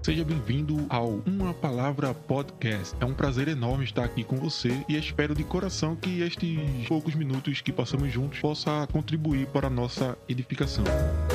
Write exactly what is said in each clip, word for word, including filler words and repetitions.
Seja bem-vindo ao Uma Palavra Podcast. É um prazer enorme estar aqui com você e espero de coração que estes poucos minutos que passamos juntos possa contribuir para a nossa edificação.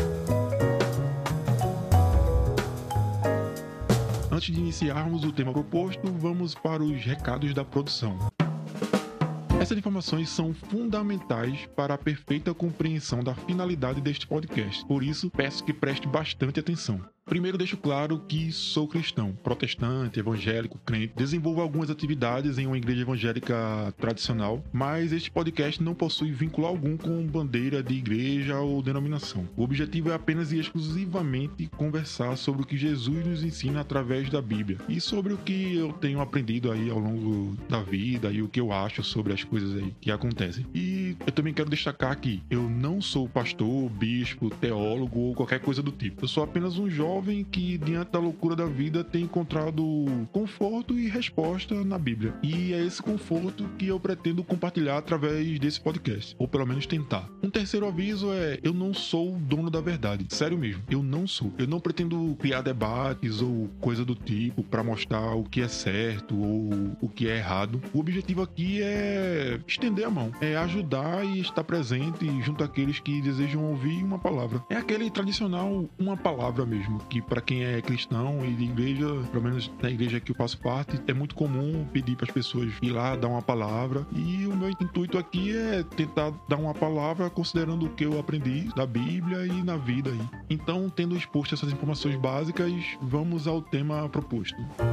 Antes de iniciarmos o tema proposto, vamos para os recados da produção. Essas informações são fundamentais para a perfeita compreensão da finalidade deste podcast, por isso peço que preste bastante atenção. Primeiro, deixo claro que sou cristão, protestante, evangélico, crente. Desenvolvo algumas atividades em uma igreja evangélica tradicional, mas este podcast não possui vínculo algum com bandeira de igreja ou denominação. O objetivo é apenas e exclusivamente conversar sobre o que Jesus nos ensina através da Bíblia e sobre o que eu tenho aprendido aí ao longo da vida e o que eu acho sobre as coisas aí que acontecem. E eu também quero destacar que eu não sou pastor, bispo, teólogo ou qualquer coisa do tipo. Eu sou apenas um jovem que, diante da loucura da vida, tem encontrado conforto e resposta na Bíblia. E é esse conforto que eu pretendo compartilhar através desse podcast, ou pelo menos tentar. Um terceiro aviso é: eu não sou o dono da verdade. Sério mesmo, eu não sou. Eu não pretendo criar debates ou coisa do tipo para mostrar o que é certo ou o que é errado. O objetivo aqui é estender a mão, é ajudar e estar presente junto àqueles que desejam ouvir uma palavra. É aquele tradicional uma palavra mesmo, que para quem é cristão e de igreja, pelo menos na igreja que eu faço parte, é muito comum pedir para as pessoas ir lá dar uma palavra, e o meu intuito aqui é tentar dar uma palavra considerando o que eu aprendi da Bíblia e na vida aí. Então, tendo exposto essas informações básicas, vamos ao tema proposto.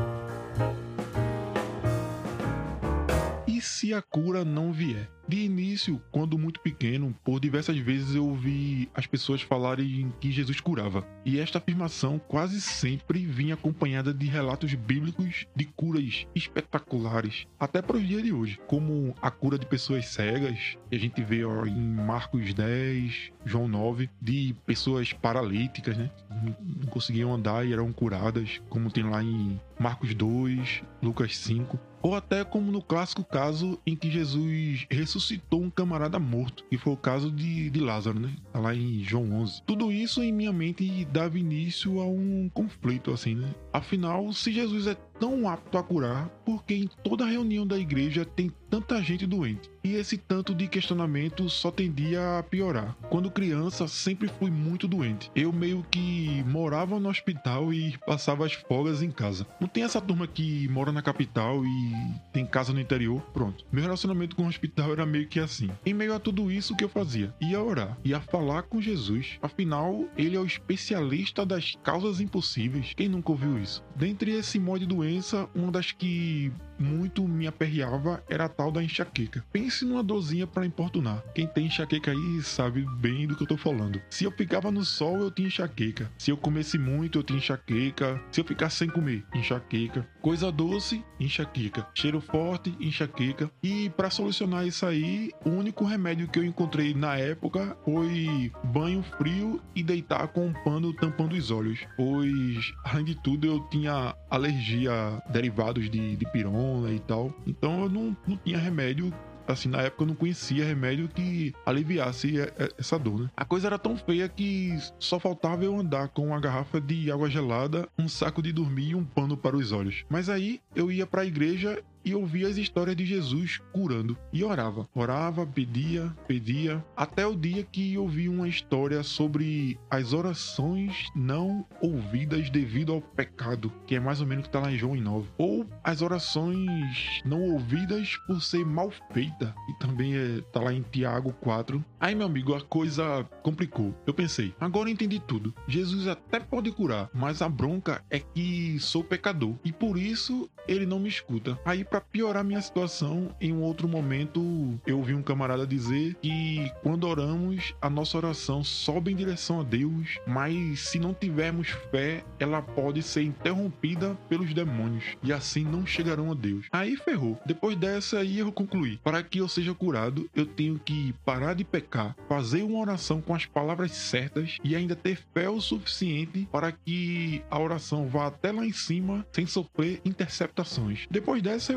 E se a cura não vier? De início, quando muito pequeno, por diversas vezes eu ouvi as pessoas falarem que Jesus curava. E esta afirmação quase sempre vinha acompanhada de relatos bíblicos de curas espetaculares, até para os dias de hoje, como a cura de pessoas cegas, que a gente vê ó, em Marcos dez, João nove, de pessoas paralíticas, né? Não conseguiam andar e eram curadas, como tem lá em Marcos dois, Lucas cinco. Ou até como no clássico caso em que Jesus ressuscitou um camarada morto, que foi o caso de, de Lázaro, né? Tá lá em João onze. Tudo isso em minha mente dava início a um conflito, assim, né? Afinal, se Jesus é tão apto a curar, por que em toda reunião da igreja tem tanta gente doente? E esse tanto de questionamento só tendia a piorar. Quando criança, sempre fui muito doente. Eu meio que morava no hospital e passava as folgas em casa. Não tem essa turma que mora na capital e tem casa no interior? Pronto. Meu relacionamento com o hospital era meio que assim. Em meio a tudo isso, o que eu fazia? Ia orar, ia falar com Jesus. Afinal, ele é o especialista das causas impossíveis. Quem nunca ouviu isso? Dentre esse monte de doença, uma das que muito me aperreava era a tal da enxaqueca. Pense numa dorzinha para importunar. Quem tem enxaqueca aí sabe bem do que eu tô falando. Se eu ficava no sol, eu tinha enxaqueca. Se eu comesse muito, eu tinha enxaqueca. Se eu ficasse sem comer, enxaqueca. Coisa doce, enxaqueca. Cheiro forte, enxaqueca. E para solucionar isso aí, o único remédio que eu encontrei na época foi banho frio e deitar com um pano tampando os olhos. Pois, além de tudo, eu tinha alergia a derivados de, de pirona e tal. Então eu não, não tinha remédio. Assim, na época eu não conhecia remédio que aliviasse essa dor, né? A coisa era tão feia que só faltava eu andar com uma garrafa de água gelada, um saco de dormir e um pano para os olhos. Mas aí eu ia para a igreja e ouvia as histórias de Jesus curando. E orava. Orava, pedia, pedia. Até o dia que ouvi uma história sobre as orações não ouvidas devido ao pecado, que é mais ou menos o que está lá em João nove. Ou as orações não ouvidas por ser mal feita, e também está lá em Tiago quatro. Aí, meu amigo, a coisa complicou. Eu pensei, agora eu entendi tudo. Jesus até pode curar, mas a bronca é que sou pecador. E por isso ele não me escuta. Aí, para piorar minha situação, em um outro momento eu ouvi um camarada dizer que quando oramos, a nossa oração sobe em direção a Deus, mas se não tivermos fé, ela pode ser interrompida pelos demônios e assim não chegarão a Deus. Aí ferrou. Depois dessa aí eu concluí: para que eu seja curado, eu tenho que parar de pecar, fazer uma oração com as palavras certas e ainda ter fé o suficiente para que a oração vá até lá em cima sem sofrer interceptações. Depois dessa eu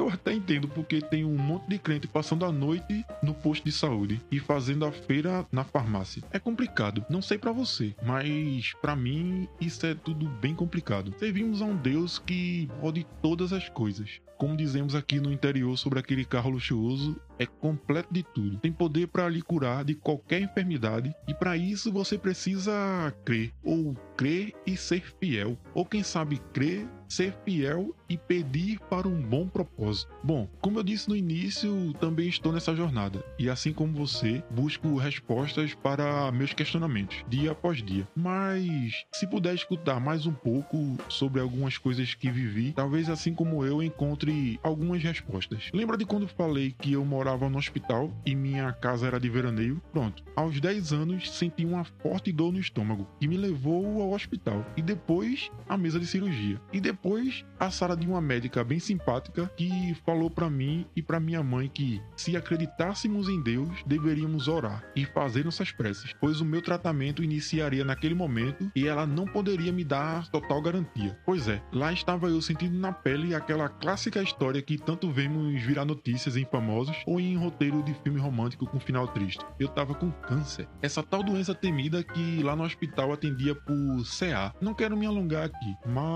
até entendo, porque tem um monte de crente passando a noite no posto de saúde e fazendo a feira na farmácia. É complicado, não sei pra você, mas pra mim isso é tudo bem complicado. Servimos a um Deus que pode todas as coisas. Como dizemos aqui no interior sobre aquele carro luxuoso, é completo de tudo. Tem poder para lhe curar de qualquer enfermidade e para isso você precisa crer, ou crer e ser fiel, ou quem sabe crer, ser fiel e pedir para um bom propósito. Bom, como eu disse no início, também estou nessa jornada e assim como você, busco respostas para meus questionamentos, dia após dia. Mas se puder escutar mais um pouco sobre algumas coisas que vivi, talvez assim como eu encontre algumas respostas. Lembra de quando falei que eu morava no hospital e minha casa era de veraneio? Pronto, aos dez anos senti uma forte dor no estômago que me levou ao hospital e depois à mesa de cirurgia. E depois a sala de uma médica bem simpática que falou para mim e para minha mãe que se acreditássemos em Deus, deveríamos orar e fazer nossas preces, pois o meu tratamento iniciaria naquele momento e ela não poderia me dar total garantia. Pois é, lá estava eu sentindo na pele aquela clássica história que tanto vemos virar notícias em famosos ou em roteiro de filme romântico com final triste. Eu tava com câncer. Essa tal doença temida que lá no hospital atendia por C A. Não quero me alongar aqui,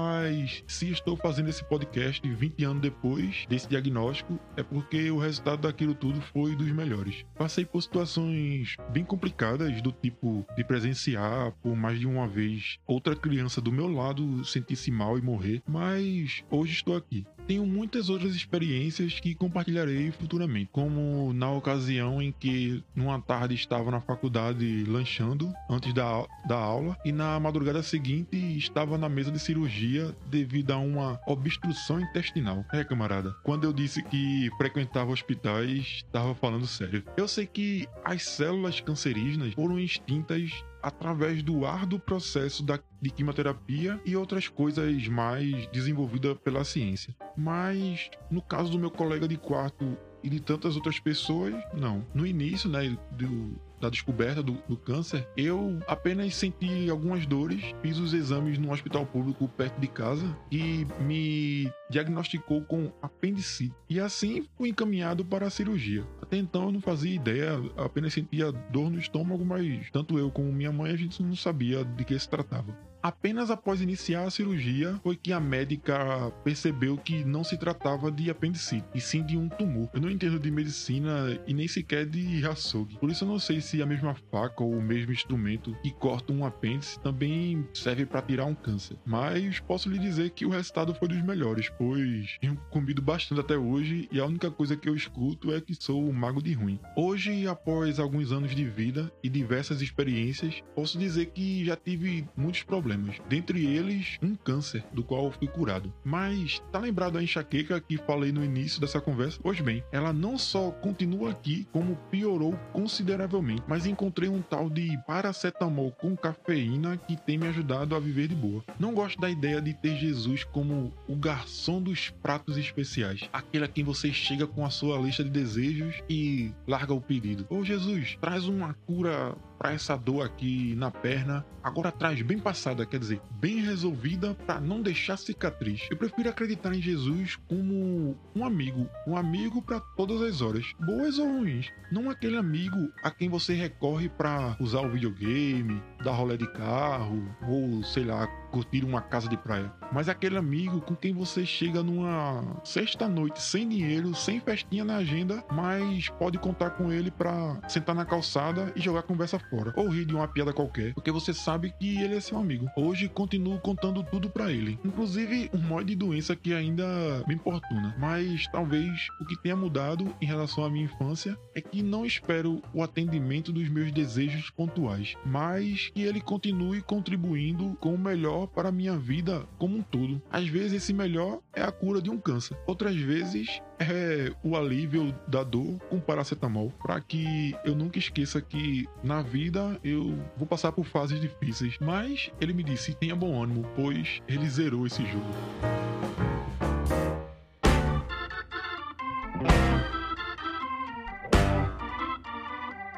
mas se estou fazendo esse podcast vinte anos depois desse diagnóstico, é porque o resultado daquilo tudo foi dos melhores. Passei por situações bem complicadas, do tipo de presenciar por mais de uma vez outra criança do meu lado sentir-se mal e morrer, mas hoje estou aqui. Tenho muitas outras experiências que compartilharei futuramente, como na ocasião em que numa tarde estava na faculdade lanchando antes da, da aula e na madrugada seguinte estava na mesa de cirurgia devido a uma obstrução intestinal. É, camarada, quando eu disse que frequentava hospitais, estava falando sério. Eu sei que as células cancerígenas foram extintas através do árduo processo da, de quimioterapia e outras coisas mais desenvolvidas pela ciência. Mas, no caso do meu colega de quarto e de tantas outras pessoas, não. No início, né, do, da descoberta do, do câncer, eu apenas senti algumas dores, fiz os exames no hospital público perto de casa e me diagnosticou com apendicite. E assim fui encaminhado para a cirurgia. Até então eu não fazia ideia, apenas sentia dor no estômago, mas tanto eu como minha mãe a gente não sabia de que se tratava. Apenas após iniciar a cirurgia foi que a médica percebeu que não se tratava de apendicite, e sim de um tumor. Eu não entendo de medicina e nem sequer de açougue. Por isso eu não sei se a mesma faca ou o mesmo instrumento que corta um apêndice também serve para tirar um câncer. Mas posso lhe dizer que o resultado foi dos melhores, pois tenho comido bastante até hoje e a única coisa que eu escuto é que sou um mago de ruim. Hoje, após alguns anos de vida e diversas experiências, posso dizer que já tive muitos problemas. Dentre eles, um câncer, do qual fui curado. Mas, tá lembrado a enxaqueca que falei no início dessa conversa? Pois bem, ela não só continua aqui, como piorou consideravelmente. Mas encontrei um tal de paracetamol com cafeína que tem me ajudado a viver de boa. Não gosto da ideia de ter Jesus como o garçom dos pratos especiais. Aquele a quem você chega com a sua lista de desejos e larga o pedido. Ô Jesus, traz uma cura para essa dor aqui na perna. Agora traz bem passada, quer dizer, bem resolvida para não deixar cicatriz. Eu prefiro acreditar em Jesus como um amigo, um amigo para todas as horas, boas ou ruins. Não aquele amigo a quem você recorre para usar o videogame, dar rolê de carro ou, sei lá, curtir uma casa de praia. Mas aquele amigo com quem você chega numa sexta-noite sem dinheiro, sem festinha na agenda, mas pode contar com ele para sentar na calçada e jogar a conversa fora, ou rir de uma piada qualquer, porque você sabe que ele é seu amigo. Hoje continuo contando tudo para ele, inclusive um monte de doença que ainda me importuna, mas talvez o que tenha mudado em relação à minha infância é que não espero o atendimento dos meus desejos pontuais, mas que ele continue contribuindo com o melhor para a minha vida como um todo. Às vezes esse melhor é a cura de um câncer, outras vezes é o alívio da dor com paracetamol, para que eu nunca esqueça que na vida eu vou passar por fases difíceis, mas ele me disse, tenha bom ânimo, pois ele zerou esse jogo.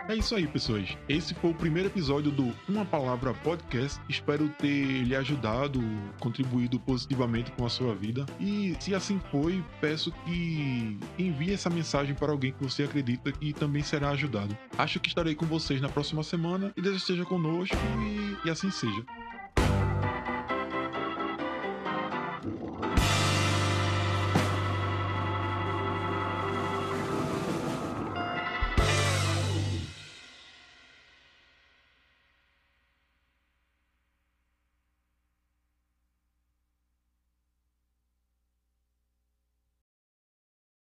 É isso aí, pessoas. Esse foi o primeiro episódio do Uma Palavra Podcast. Espero ter lhe ajudado, contribuído positivamente com a sua vida. E se assim foi, peço que envie essa mensagem para alguém que você acredita que também será ajudado. Acho que estarei com vocês na próxima semana e Deus esteja conosco e, e assim seja.